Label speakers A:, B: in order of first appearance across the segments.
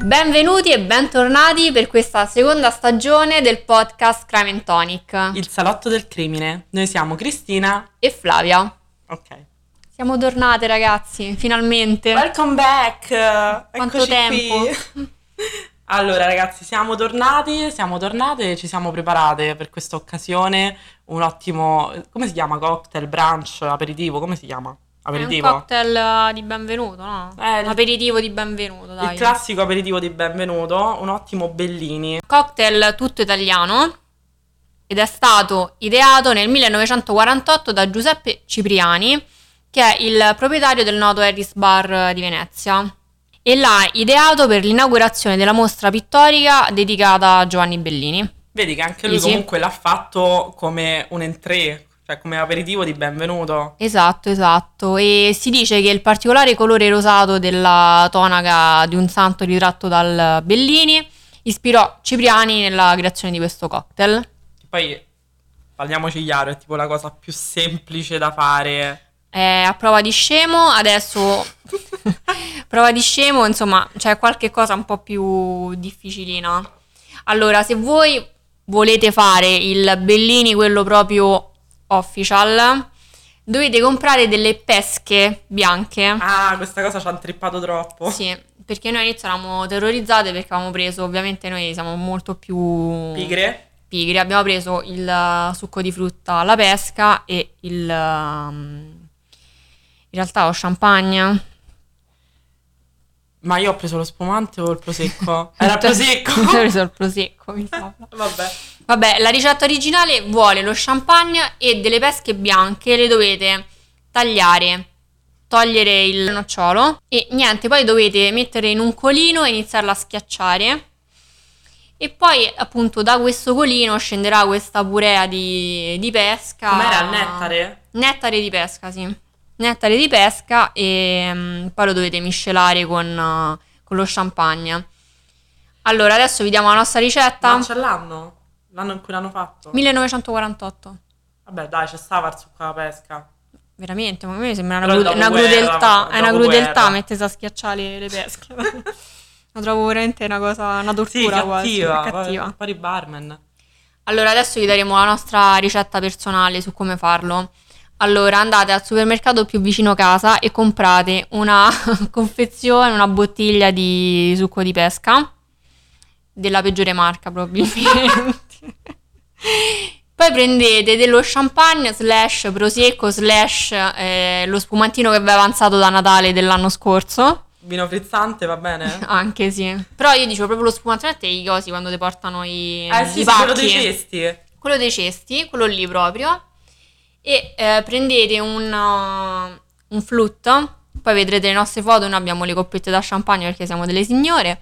A: Benvenuti e bentornati per questa seconda stagione del podcast Crime and Tonic.
B: Il salotto del crimine. Noi siamo Cristina
A: e Flavia.
B: Ok.
A: Siamo tornate, ragazzi, finalmente.
B: Welcome back.
A: Quanto
B: Eccoci
A: tempo.
B: qui. Allora, ragazzi, siamo tornate, ci siamo preparate per questa occasione un ottimo, come si chiama? Cocktail, brunch, aperitivo, come si chiama? Aperitivo?
A: È un cocktail di benvenuto, no? Aperitivo di benvenuto, dai.
B: Il classico aperitivo di benvenuto, un ottimo Bellini.
A: Cocktail tutto italiano ed è stato ideato nel 1948 da Giuseppe Cipriani, che è il proprietario del noto Harris Bar di Venezia, e l'ha ideato per l'inaugurazione della mostra pittorica dedicata a Giovanni Bellini.
B: Vedi che anche lui comunque l'ha fatto come un entrée, cioè come aperitivo di benvenuto.
A: Esatto. E si dice che il particolare colore rosato della tonaca di un santo ritratto dal Bellini ispirò Cipriani nella creazione di questo cocktail.
B: Poi, parliamoci chiaro, è tipo la cosa più semplice da fare.
A: A prova di scemo, adesso prova di scemo, insomma, c'è qualche cosa un po' più difficilina. Allora, se voi volete fare il Bellini, quello proprio official, dovete comprare delle pesche bianche.
B: Ah, questa cosa ci ha intrippato troppo.
A: Sì, perché noi all'inizio eravamo terrorizzate perché avevamo preso, ovviamente noi siamo molto più
B: Pigre.
A: Abbiamo preso il succo di frutta alla pesca e in realtà ho champagne.
B: Ma io ho preso lo spumante o il prosecco? Era prosecco?
A: Ho preso il prosecco, mi sa. Vabbè, la ricetta originale vuole lo champagne e delle pesche bianche, le dovete tagliare, togliere il nocciolo e niente, poi dovete mettere in un colino e iniziarla a schiacciare. E poi appunto da questo colino scenderà questa purea di pesca.
B: Com'era il nettare?
A: Nettare di pesca, sì. Nettare di pesca e poi lo dovete miscelare con lo champagne. Allora, adesso vi diamo la nostra ricetta.
B: Ma c'è l'anno? L'anno in cui l'hanno fatto?
A: 1948.
B: Vabbè, dai, c'è stava il succo alla pesca.
A: Veramente, ma a me sembra una
B: Però
A: crudeltà. È una crudeltà
B: guerra.
A: mettesi a schiacciare le pesche. Lo trovo veramente una cosa, una tortura
B: Sì,
A: quasi. Cattiva.
B: Un po' di barman.
A: Allora, adesso vi daremo la nostra ricetta personale su come farlo. Allora, andate al supermercato più vicino casa e comprate una confezione, una bottiglia di succo di pesca, della peggiore marca probabilmente. Poi prendete dello champagne / prosecco / lo spumantino che vi è avanzato da Natale dell'anno scorso.
B: Vino frizzante, va bene?
A: Anche sì. Però io dicevo proprio lo spumantino e i cosi quando ti portano i
B: Sì,
A: pacchi.
B: quello dei cesti.
A: Quello dei cesti, quello lì proprio. E prendete un flute, poi vedrete le nostre foto, noi abbiamo le coppette da champagne perché siamo delle signore.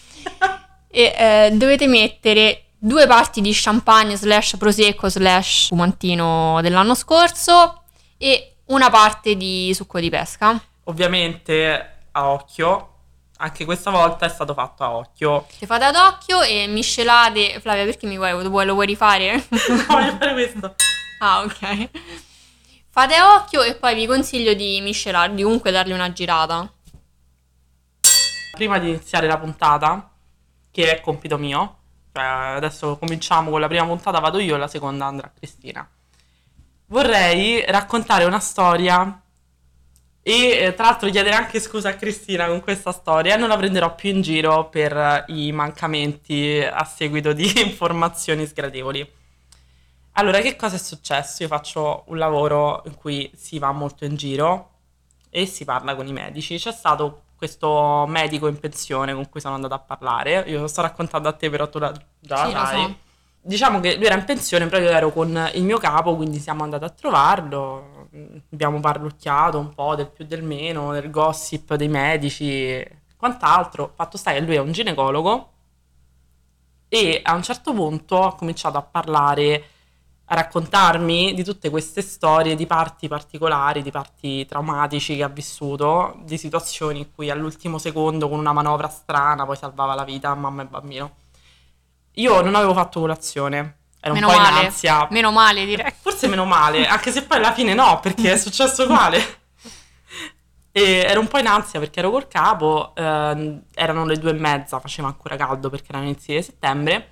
A: E dovete mettere 2 parti di champagne / prosecco / spumantino dell'anno scorso e una parte di succo di pesca.
B: Ovviamente a occhio, anche questa volta è stato fatto a occhio.
A: Le fate ad occhio e miscelate. Flavia, perché lo vuoi rifare?
B: Voglio fare questo.
A: Ah, ok. Fate a occhio e poi vi consiglio di miscelarli, comunque dargli una girata.
B: Prima di iniziare la puntata, che è compito mio, cioè adesso cominciamo con la prima puntata, vado io e la seconda andrà Cristina. Vorrei raccontare una storia e tra l'altro chiedere anche scusa a Cristina con questa storia e non la prenderò più in giro per i mancamenti a seguito di informazioni sgradevoli. Allora, che cosa è successo? Io faccio un lavoro in cui si va molto in giro e si parla con i medici. C'è stato questo medico in pensione con cui sono andata a parlare. Io lo sto raccontando a te, però tu già
A: Sì,
B: la sai.
A: lo so.
B: Diciamo che lui era in pensione, però io ero con il mio capo, quindi siamo andati a trovarlo. Abbiamo parlucchiato un po' del più del meno, del gossip dei medici e quant'altro. Fatto sta che lui è un ginecologo e a un certo punto ha cominciato a parlare, a raccontarmi di tutte queste storie di parti particolari, di parti traumatici che ha vissuto, di situazioni in cui all'ultimo secondo con una manovra strana poi salvava la vita a mamma e bambino. Io non avevo fatto colazione, ero
A: Meno
B: un po'
A: male.
B: in ansia.
A: Meno male, direi.
B: Forse meno male, anche se poi alla fine no, perché è successo uguale. E ero un po' in ansia perché ero col capo, erano le 2:30, faceva ancora caldo perché erano inizi di settembre,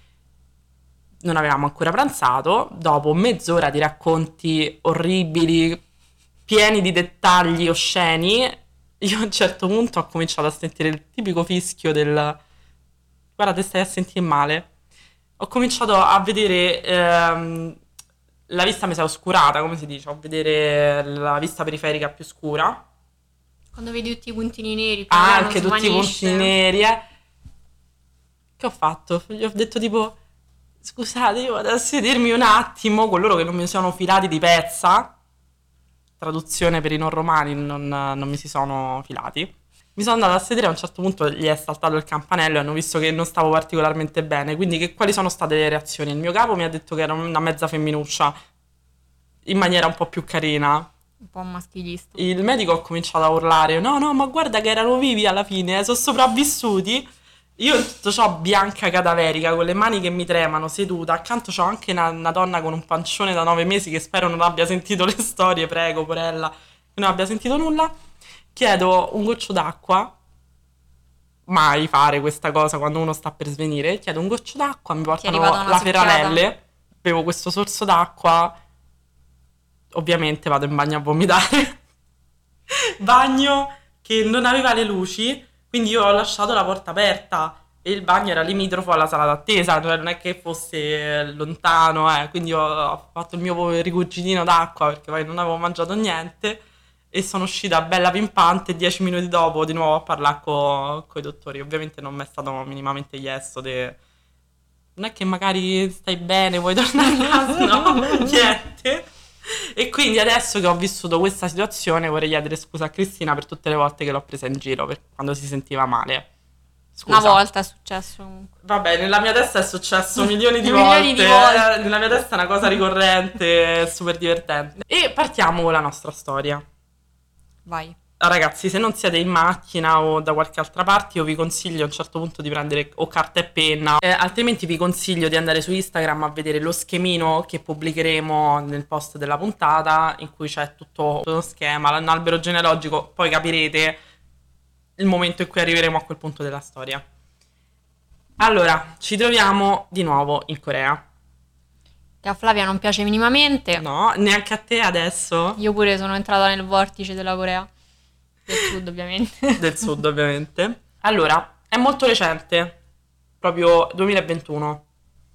B: non avevamo ancora pranzato, dopo mezz'ora di racconti orribili, pieni di dettagli osceni, io a un certo punto ho cominciato a sentire il tipico fischio del guarda, te stai a sentire male. Ho cominciato a vedere, la vista mi si è oscurata, come si dice, a vedere la vista periferica più scura.
A: Quando vedi tutti i puntini neri, piano piano
B: Anche tutti i
A: svanisce.
B: puntini neri, eh. Che ho fatto? Gli ho detto tipo, scusate, io vado a sedermi un attimo, con loro che non mi sono filati di pezza, traduzione per i non romani, non mi si sono filati. Mi sono andata a sedere, a un certo punto gli è saltato il campanello e hanno visto che non stavo particolarmente bene, quindi quali sono state le reazioni? Il mio capo mi ha detto che era una mezza femminuccia, in maniera un po' più carina.
A: Un po' maschilista.
B: Il medico ha cominciato a urlare, no, no, ma guarda che erano vivi alla fine, sono sopravvissuti. Io in tutto ciò bianca cadaverica, con le mani che mi tremano, seduta, accanto c'ho anche una donna con un pancione da 9 mesi che spero non abbia sentito le storie, prego, porella, che non abbia sentito nulla. Chiedo un goccio d'acqua, mai fare questa cosa quando uno sta per svenire, chiedo un goccio d'acqua, mi
A: Ti è
B: portano
A: arrivata una
B: la
A: secchiata?
B: Ferrarelle, bevo questo sorso d'acqua, ovviamente vado in bagno a vomitare. Bagno che non aveva le luci, quindi io ho lasciato la porta aperta e il bagno era limitrofo alla sala d'attesa, cioè non è che fosse lontano, quindi ho fatto il mio rigurgitino d'acqua perché poi non avevo mangiato niente e sono uscita bella pimpante 10 minuti dopo di nuovo a parlare con i dottori. Ovviamente non mi è stato minimamente chiesto non è che magari stai bene, vuoi tornare a casa? No, niente. E quindi adesso che ho vissuto questa situazione vorrei chiedere scusa a Cristina per tutte le volte che l'ho presa in giro per quando si sentiva male. Scusa.
A: Una volta è successo comunque.
B: Vabbè, nella mia testa è successo milioni di
A: Milioni di
B: volte.
A: volte.
B: Nella mia testa è una cosa ricorrente, super divertente. E partiamo con la nostra storia.
A: Vai.
B: Ragazzi, se non siete in macchina o da qualche altra parte, io vi consiglio a un certo punto di prendere o carta e penna, altrimenti vi consiglio di andare su Instagram a vedere lo schemino che pubblicheremo nel post della puntata, in cui c'è tutto uno schema, un albero genealogico, poi capirete il momento in cui arriveremo a quel punto della storia. Allora, ci troviamo di nuovo in Corea.
A: Che a Flavia non piace minimamente.
B: No, neanche a te adesso?
A: Io pure sono entrata nel vortice della Corea. Del sud, ovviamente.
B: Del sud, ovviamente. Allora, è molto recente, proprio 2021.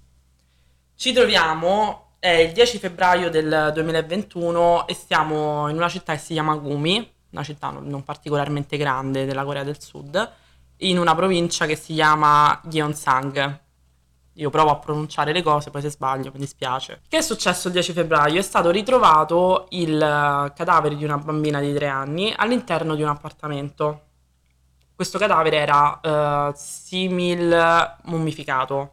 B: Ci troviamo, è il 10 febbraio del 2021 e stiamo in una città che si chiama Gumi, una città non particolarmente grande della Corea del Sud, in una provincia che si chiama Gyeongsang. Io provo a pronunciare le cose, poi se sbaglio mi dispiace. Che è successo il 10 febbraio? È stato ritrovato il cadavere di una bambina di 3 anni all'interno di un appartamento. Questo cadavere era simil mummificato.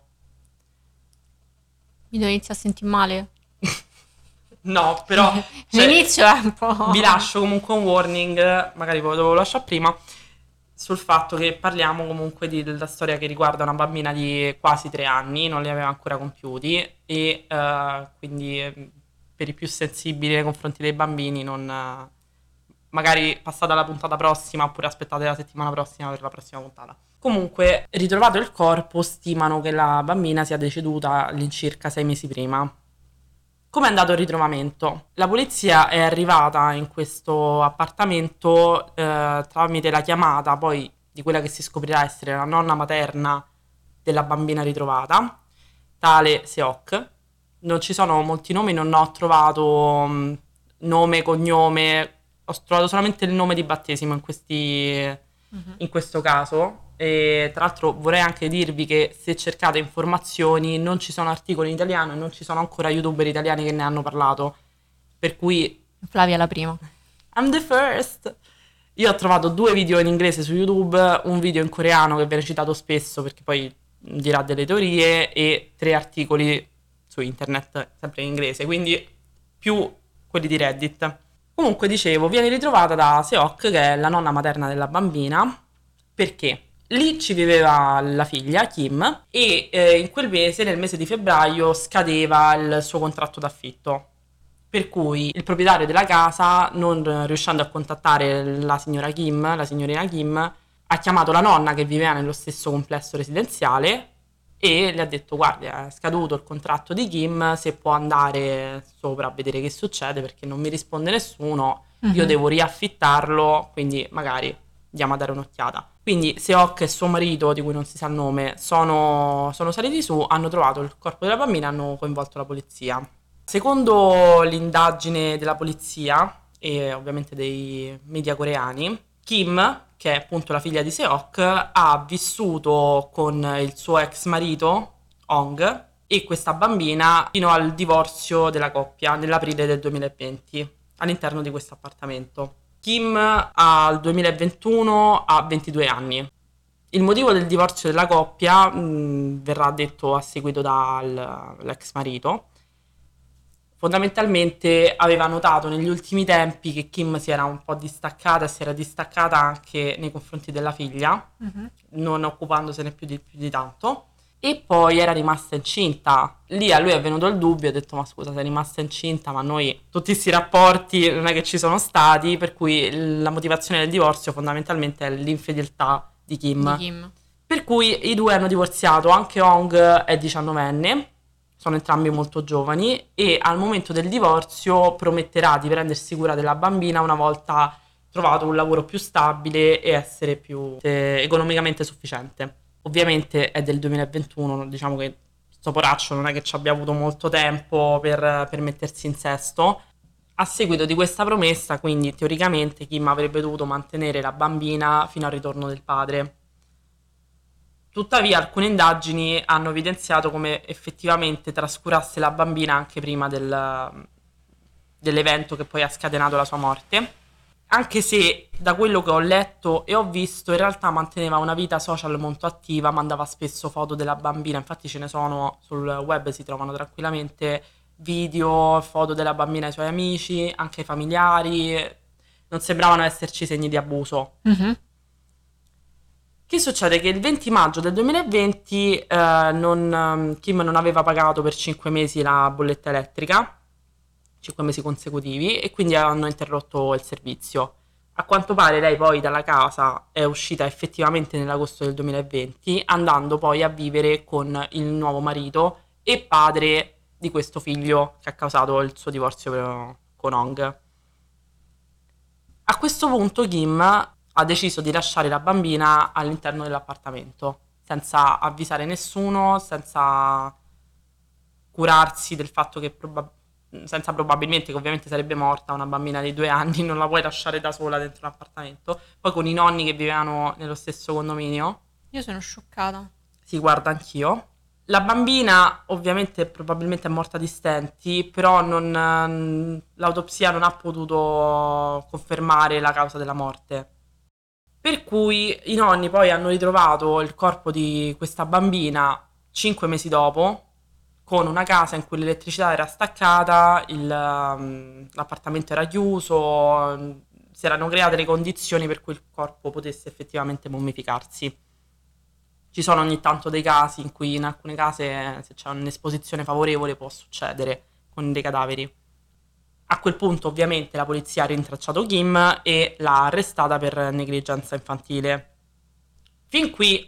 A: Mi devo iniziare a sentire male.
B: No, però cioè,
A: L'inizio è un po'...
B: vi lascio comunque un warning, magari ve lo dovevo lasciare prima, sul fatto che parliamo comunque della storia che riguarda una bambina di quasi 3 anni, non li aveva ancora compiuti e quindi per i più sensibili nei confronti dei bambini magari passate alla puntata prossima oppure aspettate la settimana prossima per la prossima puntata. Comunque, ritrovato il corpo, stimano che la bambina sia deceduta all'incirca 6 mesi prima. Come è andato il ritrovamento? La polizia è arrivata in questo appartamento tramite la chiamata poi di quella che si scoprirà essere la nonna materna della bambina ritrovata, tale Seok. Non ci sono molti nomi, non ho trovato nome, cognome, ho trovato solamente il nome di battesimo in questo caso. E tra l'altro vorrei anche dirvi che se cercate informazioni non ci sono articoli in italiano e non ci sono ancora youtuber italiani che ne hanno parlato, per cui
A: Flavia è la prima.
B: I'm the first. Io ho trovato 2 video in inglese su YouTube, un video in coreano che viene citato spesso perché poi dirà delle teorie e 3 articoli su internet sempre in inglese, quindi più quelli di Reddit. Comunque dicevo, viene ritrovata da Seok, che è la nonna materna della bambina, perché lì ci viveva la figlia, Kim, e in quel mese, nel mese di febbraio, scadeva il suo contratto d'affitto. Per cui il proprietario della casa, non riuscendo a contattare la signorina Kim, ha chiamato la nonna che viveva nello stesso complesso residenziale e le ha detto: guardi, è scaduto il contratto di Kim, se può andare sopra a vedere che succede perché non mi risponde nessuno, io devo riaffittarlo, quindi magari andiamo a dare un'occhiata. Quindi Seok e suo marito, di cui non si sa il nome, sono saliti su, hanno trovato il corpo della bambina e hanno coinvolto la polizia. Secondo l'indagine della polizia e ovviamente dei media coreani, Kim, che è appunto la figlia di Seok, ha vissuto con il suo ex marito, Hong, e questa bambina fino al divorzio della coppia nell'aprile del 2020 all'interno di questo appartamento. Kim al 2021 ha 22 anni. Il motivo del divorzio della coppia verrà detto a seguito dall'ex marito. Fondamentalmente aveva notato negli ultimi tempi che Kim si era un po' distaccata e si era distaccata anche nei confronti della figlia, non occupandosene più di tanto. E poi era rimasta incinta. Lì a lui è venuto il dubbio, ha detto: ma scusa, sei rimasta incinta, ma noi tutti questi rapporti non è che ci sono stati, per cui la motivazione del divorzio fondamentalmente è l'infedeltà di Kim. Per cui i due hanno divorziato, anche Hong è 19enne, sono entrambi molto giovani e al momento del divorzio prometterà di prendersi cura della bambina una volta trovato un lavoro più stabile e essere più economicamente sufficiente. Ovviamente è del 2021, diciamo che sto poraccio non è che ci abbia avuto molto tempo per mettersi in sesto. A seguito di questa promessa, quindi teoricamente Kim avrebbe dovuto mantenere la bambina fino al ritorno del padre. Tuttavia alcune indagini hanno evidenziato come effettivamente trascurasse la bambina anche prima dell'evento che poi ha scatenato la sua morte. Anche se da quello che ho letto e ho visto in realtà manteneva una vita social molto attiva, mandava spesso foto della bambina, infatti ce ne sono sul web, si trovano tranquillamente video, foto della bambina ai suoi amici, anche ai familiari, non sembravano esserci segni di abuso. Che succede? Che il 20 maggio del 2020 Kim non aveva pagato per 5 mesi la bolletta elettrica, 5 mesi consecutivi, e quindi hanno interrotto il servizio. A quanto pare lei poi dalla casa è uscita effettivamente nell'agosto del 2020, andando poi a vivere con il nuovo marito e padre di questo figlio che ha causato il suo divorzio con Hong. A questo punto Kim ha deciso di lasciare la bambina all'interno dell'appartamento, senza avvisare nessuno, senza curarsi del fatto che senza probabilmente che ovviamente sarebbe morta una bambina di 2 anni, non la puoi lasciare da sola dentro un appartamento, poi con i nonni che vivevano nello stesso condominio.
A: Io sono scioccata.
B: Si guarda anch'io. La bambina ovviamente probabilmente è morta di stenti, però l'autopsia non ha potuto confermare la causa della morte. Per cui i nonni poi hanno ritrovato il corpo di questa bambina 5 mesi dopo, con una casa in cui l'elettricità era staccata, l'appartamento era chiuso, si erano create le condizioni per cui il corpo potesse effettivamente mummificarsi. Ci sono ogni tanto dei casi in cui in alcune case, se c'è un'esposizione favorevole, può succedere con dei cadaveri. A quel punto ovviamente la polizia ha rintracciato Kim e l'ha arrestata per negligenza infantile. Fin qui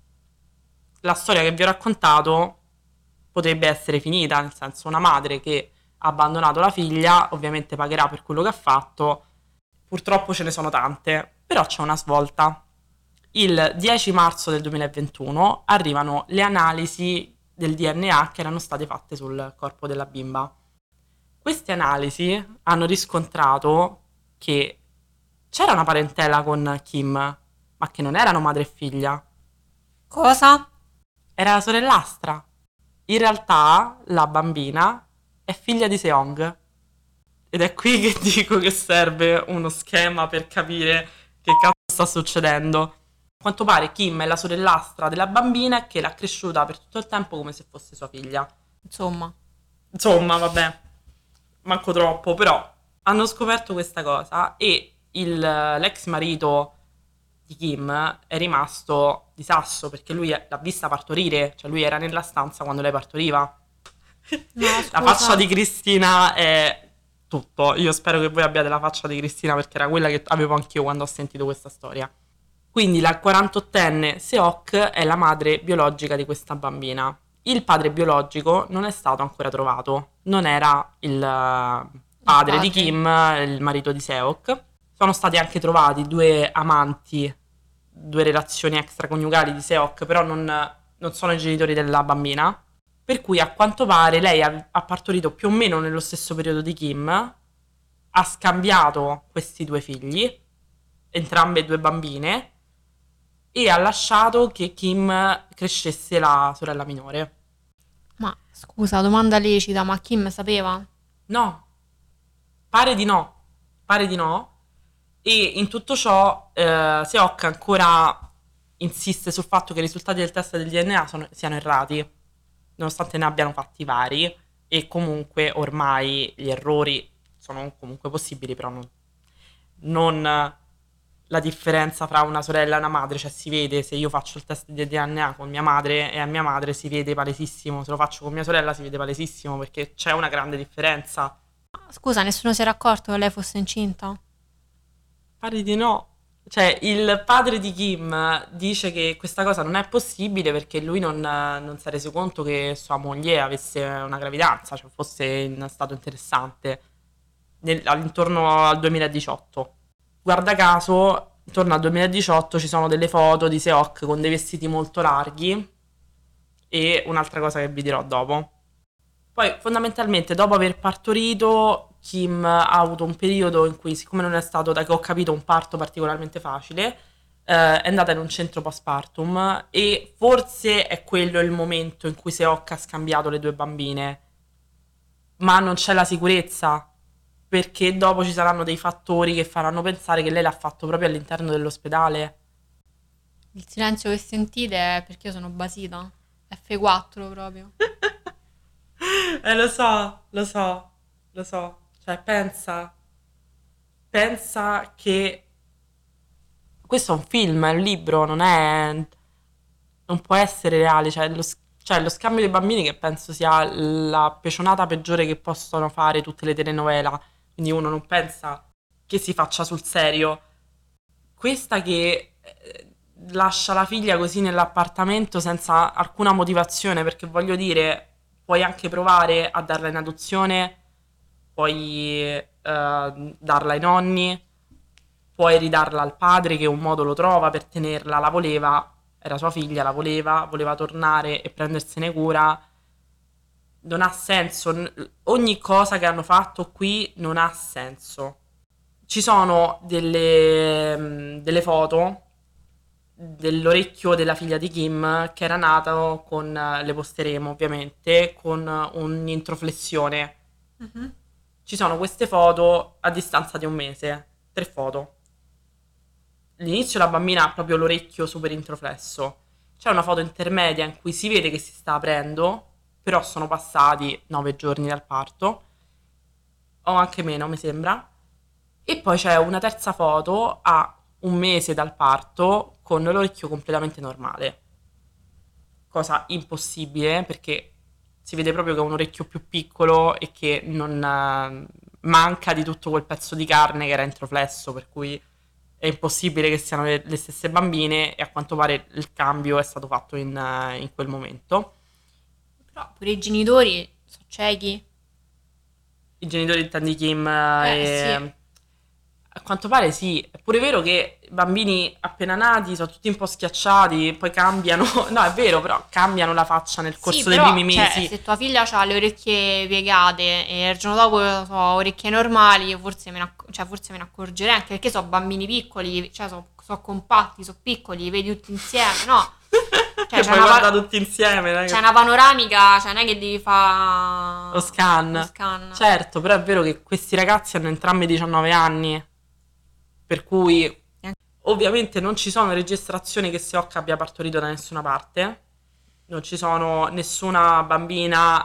B: la storia che vi ho raccontato potrebbe essere finita, nel senso una madre che ha abbandonato la figlia ovviamente pagherà per quello che ha fatto, purtroppo ce ne sono tante, però c'è una svolta. Il 10 marzo del 2021 arrivano le analisi del DNA che erano state fatte sul corpo della bimba. Queste analisi hanno riscontrato che c'era una parentela con Kim, ma che non erano madre e figlia.
A: Cosa?
B: Era la sorellastra. In realtà la bambina è figlia di Seong. Ed è qui che dico che serve uno schema per capire che cazzo sta succedendo. A quanto pare Kim è la sorellastra della bambina che l'ha cresciuta per tutto il tempo come se fosse sua figlia.
A: Insomma,
B: Vabbè, manco troppo, però hanno scoperto questa cosa e l'ex marito di Kim è rimasto di sasso perché lui l'ha vista partorire, cioè lui era nella stanza quando lei partoriva.
A: no,
B: La
A: scusa.
B: faccia di Cristina è tutto. Io spero che voi abbiate la faccia di Cristina perché era quella che avevo anch'io quando ho sentito questa storia. Quindi la 48enne Seok è la madre biologica di questa bambina. Il padre biologico non è stato ancora trovato, non era il
A: Il
B: padre di
A: padre.
B: Kim, il marito di Seok. Sono stati anche trovati due amanti, due relazioni extraconiugali di Seok, però non sono i genitori della bambina. Per cui a quanto pare lei ha partorito più o meno nello stesso periodo di Kim, ha scambiato questi due figli, entrambe due bambine, e ha lasciato che Kim crescesse la sorella minore.
A: Ma scusa, domanda lecita, ma Kim sapeva?
B: No, pare di no, pare di no. E in tutto ciò Seok ancora insiste sul fatto che i risultati del test del DNA siano errati, nonostante ne abbiano fatti vari, e comunque ormai gli errori sono comunque possibili, però non la differenza fra una sorella e una madre, cioè si vede se io faccio il test di DNA con mia madre e a mia madre si vede palesissimo, se lo faccio con mia sorella si vede palesissimo perché c'è una grande differenza.
A: Scusa, nessuno si era accorto che lei fosse incinta?
B: Pare di no. Cioè, il padre di Kim dice che questa cosa non è possibile perché lui non si è reso conto che sua moglie avesse una gravidanza, cioè fosse in stato interessante all'intorno al 2018. Guarda caso, intorno al 2018 ci sono delle foto di Seok con dei vestiti molto larghi e un'altra cosa che vi dirò dopo. Poi, fondamentalmente, dopo aver partorito, Kim ha avuto un periodo in cui, siccome non è stato, da che ho capito, un parto particolarmente facile, è andata in un centro postpartum e forse è quello il momento in cui Seok ha scambiato le due bambine, ma non c'è la sicurezza perché dopo ci saranno dei fattori che faranno pensare che lei l'ha fatto proprio all'interno dell'ospedale.
A: Il silenzio che sentite è perché io sono basita. F4 proprio.
B: Lo so, lo so, lo so. Cioè, pensa che questo è un film, è un libro, non può essere reale. Cioè, lo scambio dei bambini che penso sia la pecionata peggiore che possono fare tutte le telenovela. Quindi uno non pensa che si faccia sul serio. Questa che lascia la figlia così nell'appartamento senza alcuna motivazione, perché voglio dire, puoi anche provare a darla in adozione, puoi darla ai nonni, puoi ridarla al padre che un modo lo trova per tenerla, la voleva, era sua figlia, la voleva tornare e prendersene cura. Non ha senso, ogni cosa che hanno fatto qui non ha senso. Ci sono delle foto dell'orecchio della figlia di Kim che era nato con, le posteremo ovviamente, con un'introflessione.
A: Mhm.
B: Ci sono queste foto a distanza di un mese, 3 foto. All'inizio la bambina ha proprio l'orecchio super introflesso. C'è una foto intermedia in cui si vede che si sta aprendo, però sono passati 9 giorni dal parto, o anche meno, mi sembra. E poi c'è una terza foto a un mese dal parto con l'orecchio completamente normale. Cosa impossibile perché si vede proprio che è un orecchio più piccolo e che non manca di tutto quel pezzo di carne che era introflesso, per cui è impossibile che siano le stesse bambine e a quanto pare il cambio è stato fatto in quel momento.
A: Però pure i genitori sono ciechi.
B: I genitori di Tandy Kim
A: Sì.
B: e a quanto pare sì, è pure vero che i bambini appena nati sono tutti un po' schiacciati, poi cambiano, no è vero, però cambiano la faccia nel
A: Sì,
B: corso dei primi
A: però, cioè,
B: mesi.
A: se tua figlia ha le orecchie piegate e il giorno dopo so orecchie normali, io forse me ne accorgerei anche perché sono bambini piccoli, cioè sono compatti, sono piccoli, li vedi tutti insieme, no? Cioè,
B: E poi guarda tutti insieme,
A: c'è una panoramica, cioè non è che devi
B: lo
A: fare lo
B: scan.
A: scan.
B: Certo, però è vero che questi ragazzi hanno entrambi 19 anni, per cui ovviamente non ci sono registrazioni che Seok abbia partorito da nessuna parte. Non ci sono, nessuna bambina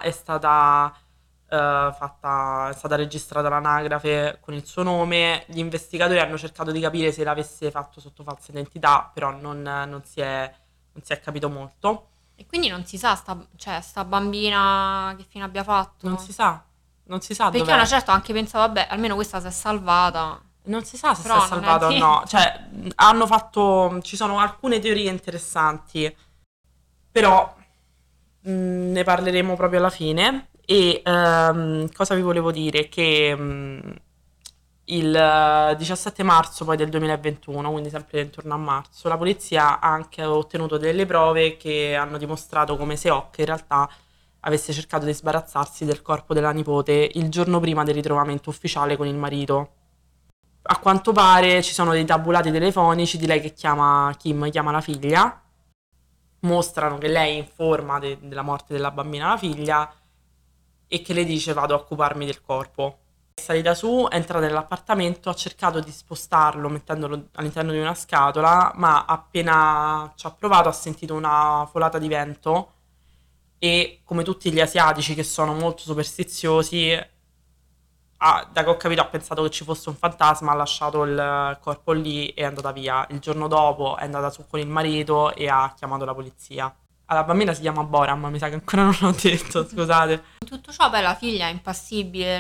B: è stata registrata all'anagrafe con il suo nome. Gli investigatori hanno cercato di capire se l'avesse fatto sotto falsa identità, però non si è capito molto.
A: E quindi non si sa, cioè, sta bambina che fine abbia fatto.
B: Non si sa, non si sa
A: Perché
B: dov'è.
A: una certa ho anche pensato, vabbè, almeno questa si è salvata.
B: Non si sa se si
A: Però
B: è
A: non è
B: salvata o no.
A: detto.
B: Cioè, hanno fatto. Ci sono alcune teorie interessanti, però ne parleremo proprio alla fine. E cosa vi volevo dire? Che il 17 marzo poi del 2021, quindi sempre intorno a marzo, la polizia ha anche ottenuto delle prove che hanno dimostrato come Seok in realtà avesse cercato di sbarazzarsi del corpo della nipote il giorno prima del ritrovamento ufficiale con il marito. A quanto pare ci sono dei tabulati telefonici di lei che chiama Kim, chiama la figlia, mostrano che lei informa della morte della bambina alla figlia e che le dice vado a occuparmi del corpo. È salita su, è entrata nell'appartamento, ha cercato di spostarlo mettendolo all'interno di una scatola, ma appena ci ha provato ha sentito una folata di vento e come tutti gli asiatici che sono molto superstiziosi, da che ho capito ha pensato che ci fosse un fantasma, ha lasciato il corpo lì e è andata via. Il giorno dopo è andata su con il marito e ha chiamato la polizia. La bambina si chiama Boram, mi sa che ancora non l'ho detto, scusate.
A: In tutto ciò, beh, la figlia è impassibile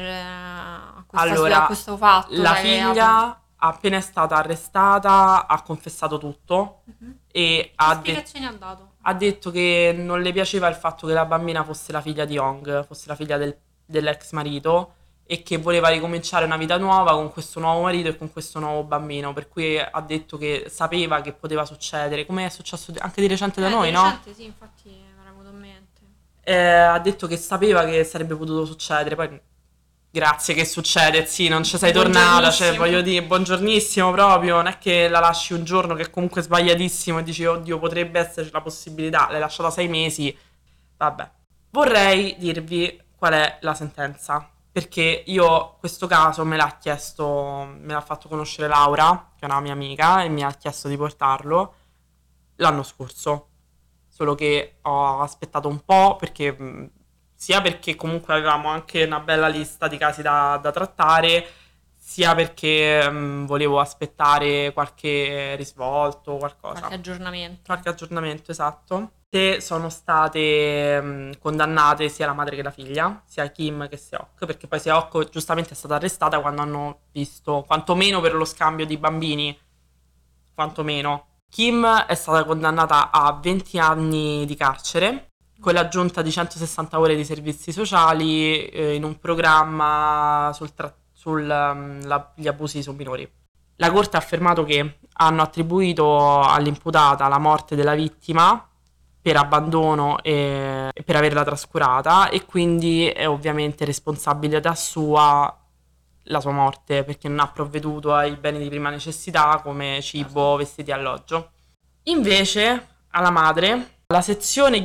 A: a
B: Allora,
A: questo fatto.
B: la
A: Cioè
B: figlia, appena è stata arrestata, ha confessato tutto
A: Mhm.
B: e
A: Che spiegazioni ha dato?
B: ha detto che non le piaceva il fatto che la bambina fosse la figlia di Hong, fosse la figlia dell'ex marito e che voleva ricominciare una vita nuova con questo nuovo marito e con questo nuovo bambino, per cui ha detto che sapeva che poteva succedere, come è successo anche di recente da noi,
A: Di
B: no?
A: recente sì, infatti me l'ha avuto in mente.
B: Ha detto che sapeva che sarebbe potuto succedere, poi grazie che succede, sì, non ci sei tornata, cioè
A: Buongiornissimo.
B: voglio dire, buongiornissimo proprio, non è che la lasci un giorno che è comunque sbagliatissimo e dici oddio potrebbe esserci la possibilità, l'hai lasciata 6 mesi, vabbè. Vorrei dirvi qual è la sentenza, perché io questo caso me l'ha chiesto, me l'ha fatto conoscere Laura, che è una mia amica, e mi ha chiesto di portarlo l'anno scorso, solo che ho aspettato un po' perché sia perché comunque avevamo anche una bella lista di casi da trattare, sia perché volevo aspettare qualche risvolto,
A: Qualche
B: qualcosa.
A: aggiornamento.
B: Qualche aggiornamento esatto. Se sono state condannate sia la madre che la figlia, sia Kim che Seok, perché poi Seok giustamente è stata arrestata quando hanno visto, quantomeno per lo scambio di bambini, quantomeno. Kim è stata condannata a 20 anni di carcere con l'aggiunta di 160 ore di servizi sociali in un programma sugli abusi su minori. La Corte ha affermato che hanno attribuito all'imputata la morte della vittima per abbandono e per averla trascurata e quindi è ovviamente responsabilità sua la sua morte perché non ha provveduto ai beni di prima necessità come cibo, vestiti e alloggio. Invece, alla madre, la sezione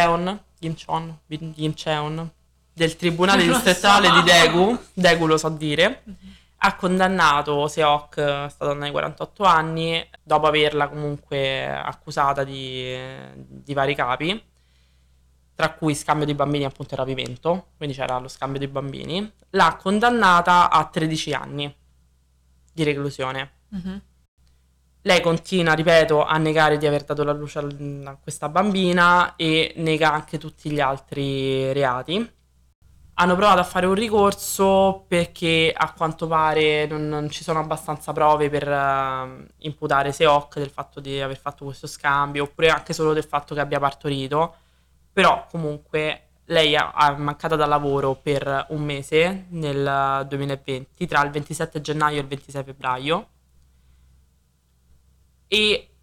B: Gimcheon del Tribunale
A: Non lo
B: Distrettuale
A: so.
B: di Daegu lo so dire, ha condannato Seok, sta donna di 48 anni, dopo averla comunque accusata di vari capi, tra cui scambio di bambini e appunto e rapimento, quindi c'era lo scambio di bambini, l'ha condannata a 13 anni di reclusione.
A: Mhm.
B: Lei continua, ripeto, a negare di aver dato la luce a questa bambina e nega anche tutti gli altri reati. Hanno provato a fare un ricorso perché a quanto pare non ci sono abbastanza prove per imputare Seok del fatto di aver fatto questo scambio, oppure anche solo del fatto che abbia partorito. Però comunque lei è mancata dal lavoro per un mese nel 2020, tra il 27 gennaio e il 26 febbraio e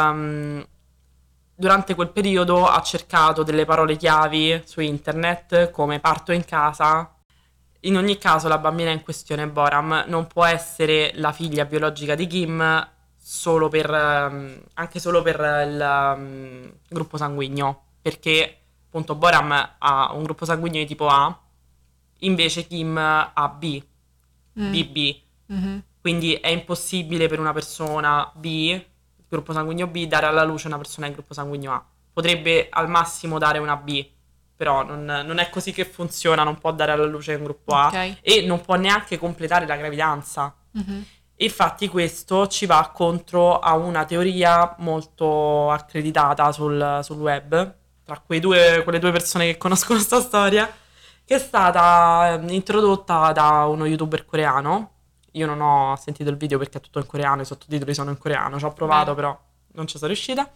B: durante quel periodo ha cercato delle parole chiavi su internet come parto in casa. In ogni caso la bambina in questione, Boram, non può essere la figlia biologica di Kim solo per, anche solo per il gruppo sanguigno, perché appunto Boram ha un gruppo sanguigno di tipo A, invece Kim ha B,
A: Mm.
B: BB.
A: Mhm.
B: Quindi è impossibile per una persona B, gruppo sanguigno B, dare alla luce una persona di gruppo sanguigno A. Potrebbe al massimo dare una B, però non è così che funziona, non può dare alla luce un gruppo A
A: Ok.
B: e non può neanche completare la gravidanza.
A: Mhm.
B: Infatti questo ci va contro a una teoria molto accreditata sul web, tra quelle due persone che conoscono questa storia, che è stata introdotta da uno youtuber coreano. Io non ho sentito il video perché è tutto in coreano, i sottotitoli sono in coreano, ci ho provato
A: Bene.
B: però non ci sono riuscita.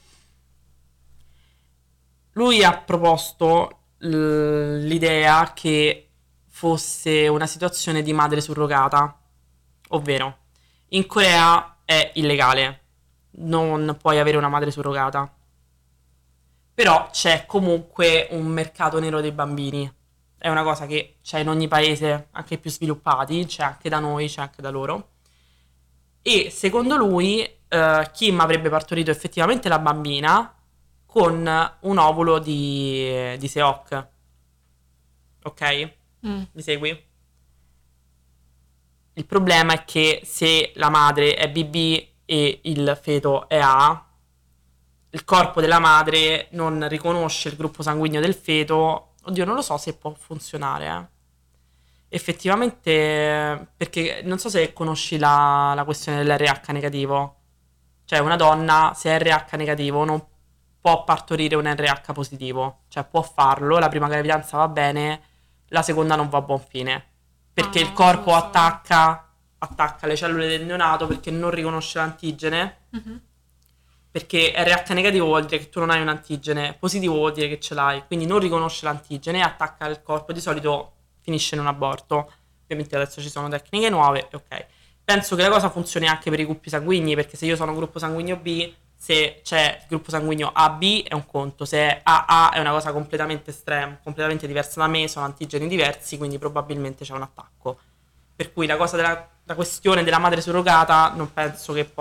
B: Lui ha proposto l'idea che fosse una situazione di madre surrogata, ovvero in Corea è illegale, non puoi avere una madre surrogata, però c'è comunque un mercato nero dei bambini. È una cosa che c'è in ogni paese, anche i più sviluppati, c'è anche da noi, c'è anche da loro. E secondo lui, Kim avrebbe partorito effettivamente la bambina con un ovulo di Seok. Ok?
A: Mm.
B: Mi segui? Il problema è che se la madre è BB e il feto è A, il corpo della madre non riconosce il gruppo sanguigno del feto. Oddio, non lo so se può funzionare, effettivamente, perché non so se conosci la questione dell'RH negativo. Cioè, una donna, se è RH negativo, non può partorire un RH positivo. Cioè, può farlo, la prima gravidanza va bene, la seconda non va a buon fine.
A: Ah
B: Perché il
A: no, non lo
B: corpo
A: so.
B: attacca le cellule del neonato perché non riconosce l'antigene.
A: Mhm.
B: Perché RH negativo vuol dire che tu non hai un antigene, positivo vuol dire che ce l'hai, quindi non riconosce l'antigene e attacca il corpo, di solito finisce in un aborto. Ovviamente adesso ci sono tecniche nuove, e ok. Penso che la cosa funzioni anche per i gruppi sanguigni, perché se io sono gruppo sanguigno B, se c'è il gruppo sanguigno AB è un conto, se è AA è una cosa completamente estrema, completamente diversa da me, sono antigeni diversi, quindi probabilmente c'è un attacco. Per cui la cosa la questione della madre surrogata non penso che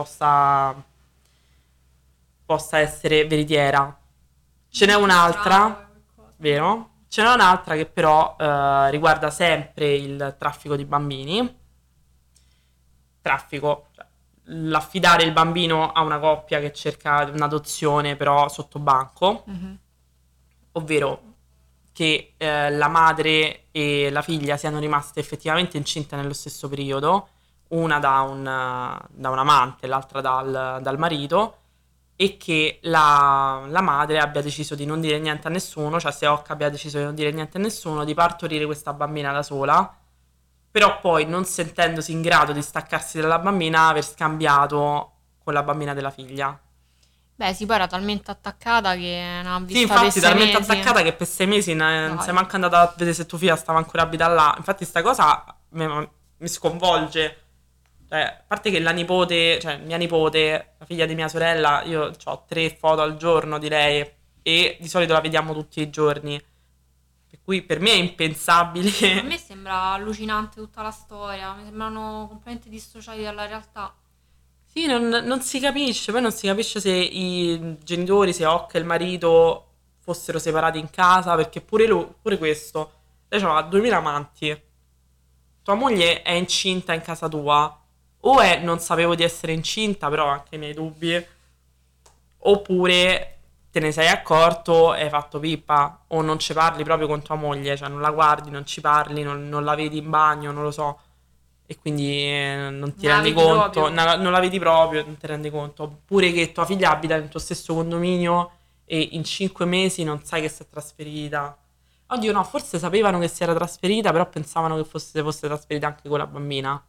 B: possa essere veritiera. Ce n'è
A: Molto strano
B: un'altra,
A: come cosa.
B: vero? Ce n'è un'altra che però riguarda sempre il traffico di bambini. Traffico, cioè, l'affidare il bambino a una coppia che cerca un'adozione però sotto banco,
A: Mhm.
B: ovvero che la madre e la figlia siano rimaste effettivamente incinte nello stesso periodo, una da un amante, l'altra dal marito, e che la madre abbia deciso di non dire niente a nessuno, cioè se Ock abbia deciso di non dire niente a nessuno, di partorire questa bambina da sola, però poi non sentendosi in grado di staccarsi dalla bambina, aver scambiato con la bambina della figlia.
A: Beh, sì, poi era talmente attaccata che ne ha
B: Sì,
A: vista per
B: infatti,
A: sei
B: talmente
A: mesi.
B: attaccata che per 6 mesi non sei
A: Dai.
B: manco andata a vedere se tua figlia stava ancora abitando là. Infatti, sta cosa mi sconvolge. Cioè, a parte che la nipote, cioè mia nipote, la figlia di mia sorella, io ho 3 foto al giorno di lei e di solito la vediamo tutti i giorni. Per cui per me è impensabile.
A: A me sembra allucinante tutta la storia, mi sembrano completamente dissociati dalla realtà.
B: Sì, non si capisce, poi non si capisce se i genitori, se Ock e il marito fossero separati in casa, perché pure lui, pure questo, lei ha 2000 amanti, tua moglie è incinta in casa tua, o è non sapevo di essere incinta, però ho anche i miei dubbi, oppure te ne sei accorto e hai fatto pippa, o non ci parli proprio con tua moglie, cioè non la guardi, non ci parli, non la vedi in bagno, non lo so, e quindi non ti
A: Non la
B: rendi
A: vedi
B: conto,
A: proprio.
B: non la vedi proprio, non ti rendi conto, oppure che tua figlia abita nel tuo stesso condominio e in 5 mesi non sai che si è trasferita. Oddio, no, forse sapevano che si era trasferita, però pensavano che fosse trasferita anche con la bambina.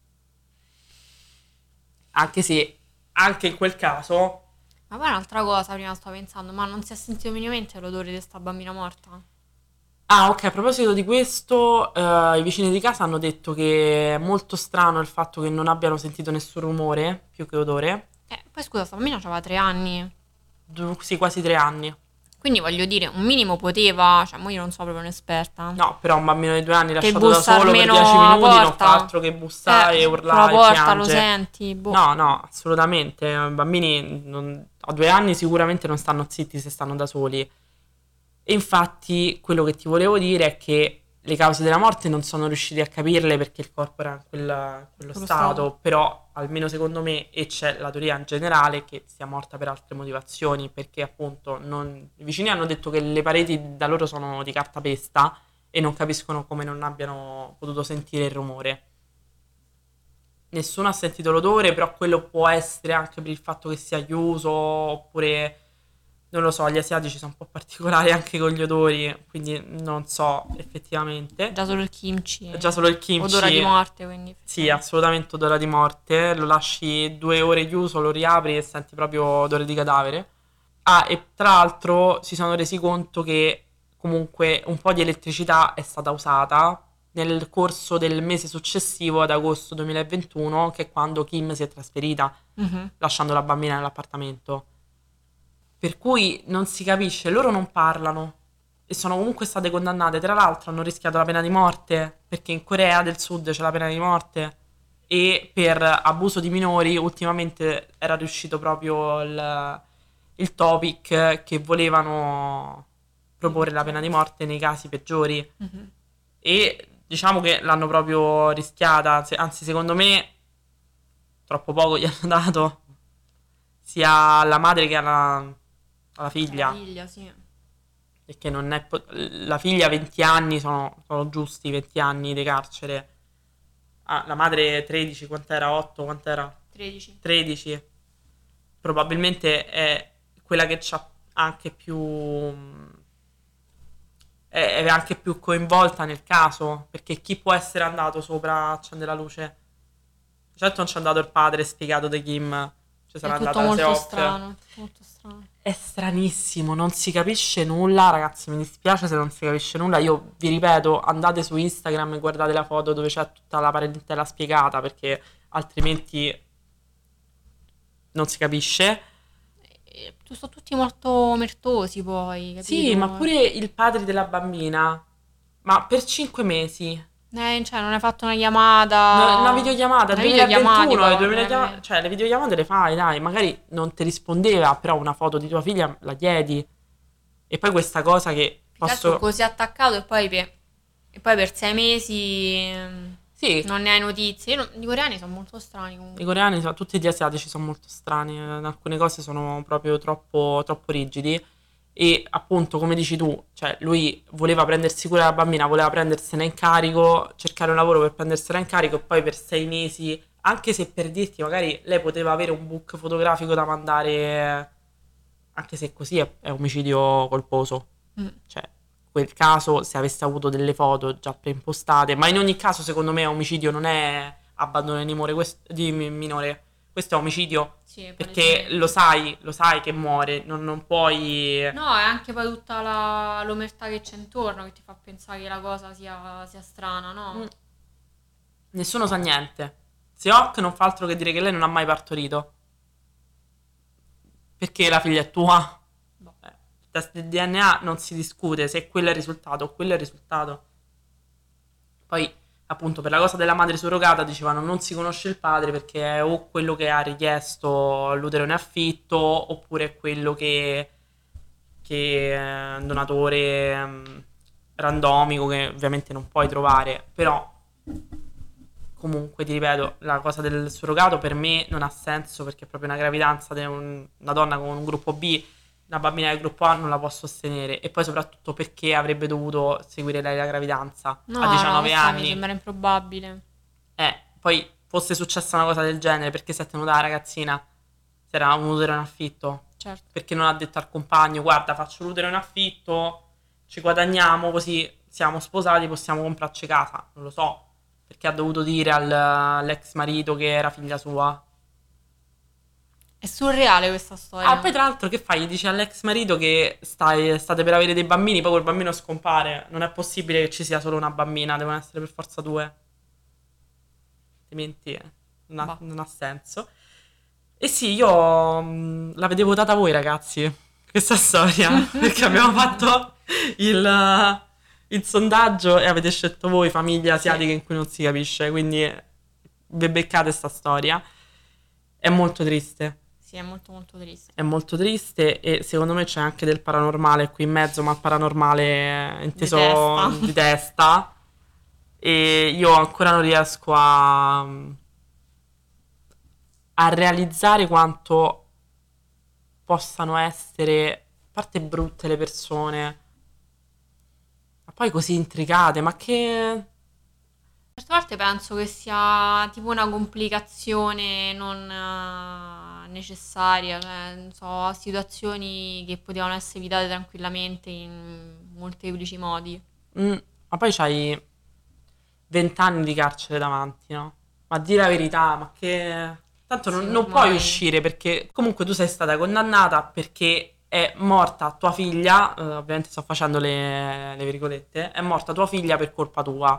B: Anche se, anche in quel caso.
A: Ma poi un'altra cosa, prima sto pensando, ma non si è sentito minimamente l'odore di sta bambina morta?
B: Ah, ok, a proposito di questo, i vicini di casa hanno detto che è molto strano il fatto che non abbiano sentito nessun rumore, più che odore.
A: Poi scusa, sta bambina aveva 3 anni.
B: Sì, quasi 3 anni.
A: Quindi voglio dire, un minimo poteva, cioè, mo io non sono proprio un'esperta.
B: No, però un bambino di 2 anni
A: Che
B: lasciato da
A: bussa
B: solo per
A: almeno
B: 10
A: alla
B: minuti non fa
A: porta.
B: altro che bussare,
A: Con la
B: urlare,
A: porta lo
B: piange.
A: senti, boh.
B: No, no, assolutamente. I bambini a 2 anni sicuramente non stanno zitti se stanno da soli. E infatti quello che ti volevo dire è che le cause della morte non sono riusciti a capirle perché il corpo era in quello
A: Quello stato.
B: stato, però almeno secondo me, e c'è la teoria in generale, che sia morta per altre motivazioni, perché appunto i vicini hanno detto che le pareti da loro sono di cartapesta e non capiscono come non abbiano potuto sentire il rumore. Nessuno ha sentito l'odore, però quello può essere anche per il fatto che sia chiuso, oppure Non lo so, gli asiatici sono un po' particolari anche con gli odori, quindi non so effettivamente.
A: Già solo il kimchi
B: Già solo il
A: odora di
B: kimchi,
A: morte, quindi
B: sì,
A: effettivamente.
B: assolutamente odore di morte. Lo lasci 2 ore chiuso, lo riapri e senti proprio odore di cadavere. Ah, e tra l'altro si sono resi conto che comunque un po' di elettricità è stata usata nel corso del mese successivo, ad agosto 2021, che è quando Kim si è trasferita,
A: Mhm.
B: lasciando la bambina nell'appartamento. Per cui non si capisce, loro non parlano e sono comunque state condannate. Tra l'altro hanno rischiato la pena di morte perché in Corea del Sud c'è la pena di morte e per abuso di minori ultimamente era riuscito proprio il topic che volevano proporre la pena di
A: Addirittura.
B: morte nei casi peggiori
A: Mhm.
B: e diciamo che l'hanno proprio rischiata, anzi secondo me troppo poco gli hanno dato sia alla madre che alla
A: La
B: figlia.
A: figlia, sì.
B: Perché non è la figlia 20 anni sono giusti 20 anni di carcere. Ah, la madre 13, quant'era? 8, quant'era?
A: 13.
B: 13. Probabilmente è quella che c'ha anche più è anche più coinvolta nel caso, perché chi può essere andato sopra a accendere la luce? Certo non c'è andato il padre spiegato di Kim, ci
A: È
B: sarà
A: tutto
B: andata la
A: molto
B: Seok.
A: strano, tutto molto strano.
B: È stranissimo, non si capisce nulla, ragazzi, mi dispiace se non si capisce nulla. Io vi ripeto, andate su Instagram e guardate la foto dove c'è tutta la parentela spiegata, perché altrimenti non si capisce.
A: Sono tutti molto omertosi poi,
B: Sì, ma
A: capito?
B: pure il padre della bambina, ma per 5 mesi.
A: Cioè, non hai fatto una
B: Una
A: chiamata.
B: videochiamata,
A: Una videochiamata
B: 2021,
A: proprio.
B: cioè le videochiamate le fai, dai, magari non ti rispondeva, però una foto di tua figlia la chiedi. E poi questa cosa che
A: Più che altro
B: posso...
A: così attaccato e poi per 6 mesi
B: Sì,
A: non ne hai notizie. I coreani sono molto strani
B: i
A: comunque.
B: coreani, tutti gli asiatici sono molto strani, alcune cose sono proprio troppo, troppo rigidi e appunto come dici tu, cioè lui voleva prendersi cura della bambina, voleva prendersene in carico, cercare un lavoro per prendersela in carico e poi per 6 mesi, anche se per dirti magari lei poteva avere un book fotografico da mandare, anche se così è omicidio colposo,
A: Mm.
B: cioè quel caso se avesse avuto delle foto già preimpostate, ma in ogni caso secondo me omicidio non è abbandono di minore, minore. Questo è omicidio
A: Sì,
B: perché
A: palesemente.
B: lo sai che muore, non puoi...
A: No, è anche poi tutta l'omertà che c'è intorno che ti fa pensare che la cosa sia strana,
B: Mm,
A: no?
B: nessuno sa niente. Seok non fa altro che dire che lei non ha mai partorito, perché la figlia è tua.
A: Boh.
B: Il test del DNA non si discute, se quello è il risultato, quello è il risultato. Poi, appunto, per la cosa della madre surrogata dicevano non si conosce il padre perché è o quello che ha richiesto l'utero in affitto oppure è quello che è un donatore randomico che ovviamente non puoi trovare. Però, comunque, ti ripeto, la cosa del surrogato per me non ha senso perché è proprio una gravidanza di una donna con un gruppo B, una bambina del gruppo A non la può sostenere. E poi soprattutto perché avrebbe dovuto seguire lei la gravidanza a
A: No, no,
B: 19
A: questa mi
B: anni.
A: sembra improbabile.
B: Poi fosse successa una cosa del genere, perché si è tenuta la ragazzina? Se era un utero in affitto?
A: Certo.
B: Perché non ha detto al compagno, guarda, faccio l'utero in affitto, ci guadagniamo, così siamo sposati, possiamo comprarci casa. Non lo so. Perché ha dovuto dire all'ex marito che era figlia sua.
A: È surreale questa
B: Ah,
A: storia.
B: poi tra l'altro che fai? Gli dici all'ex marito che state per avere dei bambini, poi quel bambino scompare. Non è possibile che ci sia solo una bambina, devono essere per forza due. Altrimenti non ha,
A: Bah.
B: non ha senso. E sì, io l'avete votata voi ragazzi, questa storia, perché abbiamo fatto il sondaggio e avete scelto voi famiglie
A: Sì,
B: asiatiche in cui non si capisce, quindi vi beccate sta storia. È molto triste,
A: sì, è molto molto triste.
B: è molto triste e secondo me c'è anche del paranormale qui in mezzo, ma il paranormale
A: Di testa.
B: inteso di testa. E io ancora non riesco a realizzare quanto possano essere, a parte brutte le persone, ma poi così intricate, ma che...
A: Certe volte penso che sia tipo una complicazione non necessaria, cioè, non so, situazioni che potevano essere evitate tranquillamente in molteplici modi.
B: Ma poi c'hai 20 anni di carcere davanti, no? Ma di la verità, ma che... Tanto
A: Sì,
B: non puoi
A: ormai.
B: uscire perché comunque tu sei stata condannata perché è morta tua figlia, ovviamente sto facendo le virgolette, è morta tua figlia per colpa tua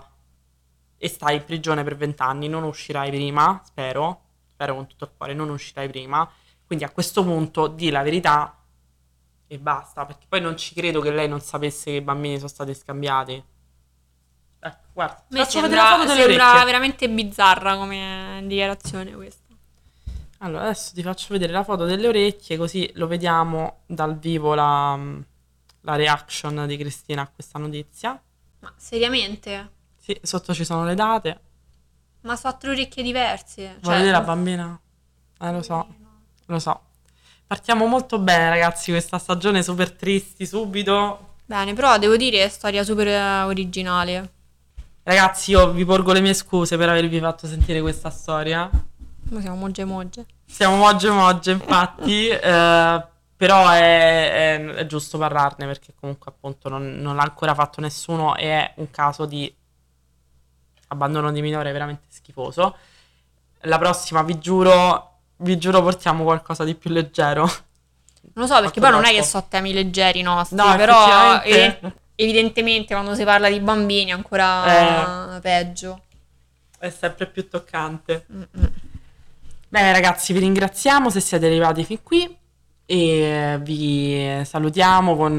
B: e stai in prigione per 20 anni, non uscirai prima, spero con tutto il cuore, non uscirai prima. Quindi a questo punto di la verità e basta, perché poi non ci credo che lei non sapesse che i bambini sono stati scambiati. Ecco, guarda,
A: A
B: ti
A: me
B: faccio vedere la foto delle
A: sembra
B: orecchie.
A: veramente bizzarra come dichiarazione questa.
B: Allora, adesso ti faccio vedere la foto delle orecchie, così lo vediamo dal vivo la reaction di Cristina a questa notizia.
A: Ma seriamente?
B: Sì, sotto ci sono le date.
A: Ma so altre orecchie diverse.
B: Vuoi
A: Cioè,
B: vedere la bambina? Lo so, lo so. Partiamo molto bene, ragazzi, questa stagione super tristi subito.
A: bene, però devo dire è storia super originale.
B: Ragazzi, io vi porgo le mie scuse per avervi fatto sentire questa storia.
A: Noi siamo moge moge.
B: Siamo mogge mogge, infatti, però è giusto parlarne perché comunque appunto non l'ha ancora fatto nessuno e è un caso di abbandono di minore veramente schifoso. La prossima, vi giuro portiamo qualcosa di più leggero.
A: Non lo so, perché
B: Troppo
A: poi non è che
B: troppo.
A: so temi leggeri nostri,
B: No,
A: però
B: effettivamente
A: evidentemente quando si parla di bambini è
B: è,
A: ancora peggio.
B: è sempre più toccante.
A: Mm-mm.
B: Bene ragazzi, vi ringraziamo se siete arrivati fin qui e vi salutiamo con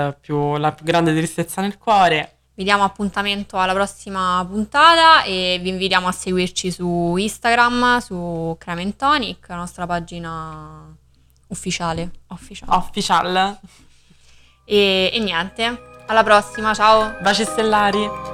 B: la più grande tristezza nel cuore.
A: Vi diamo appuntamento alla prossima puntata e vi invitiamo a seguirci su Instagram, su Crementonic, la nostra pagina ufficiale.
B: Official.
A: E niente, alla prossima, ciao!
B: Baci stellari.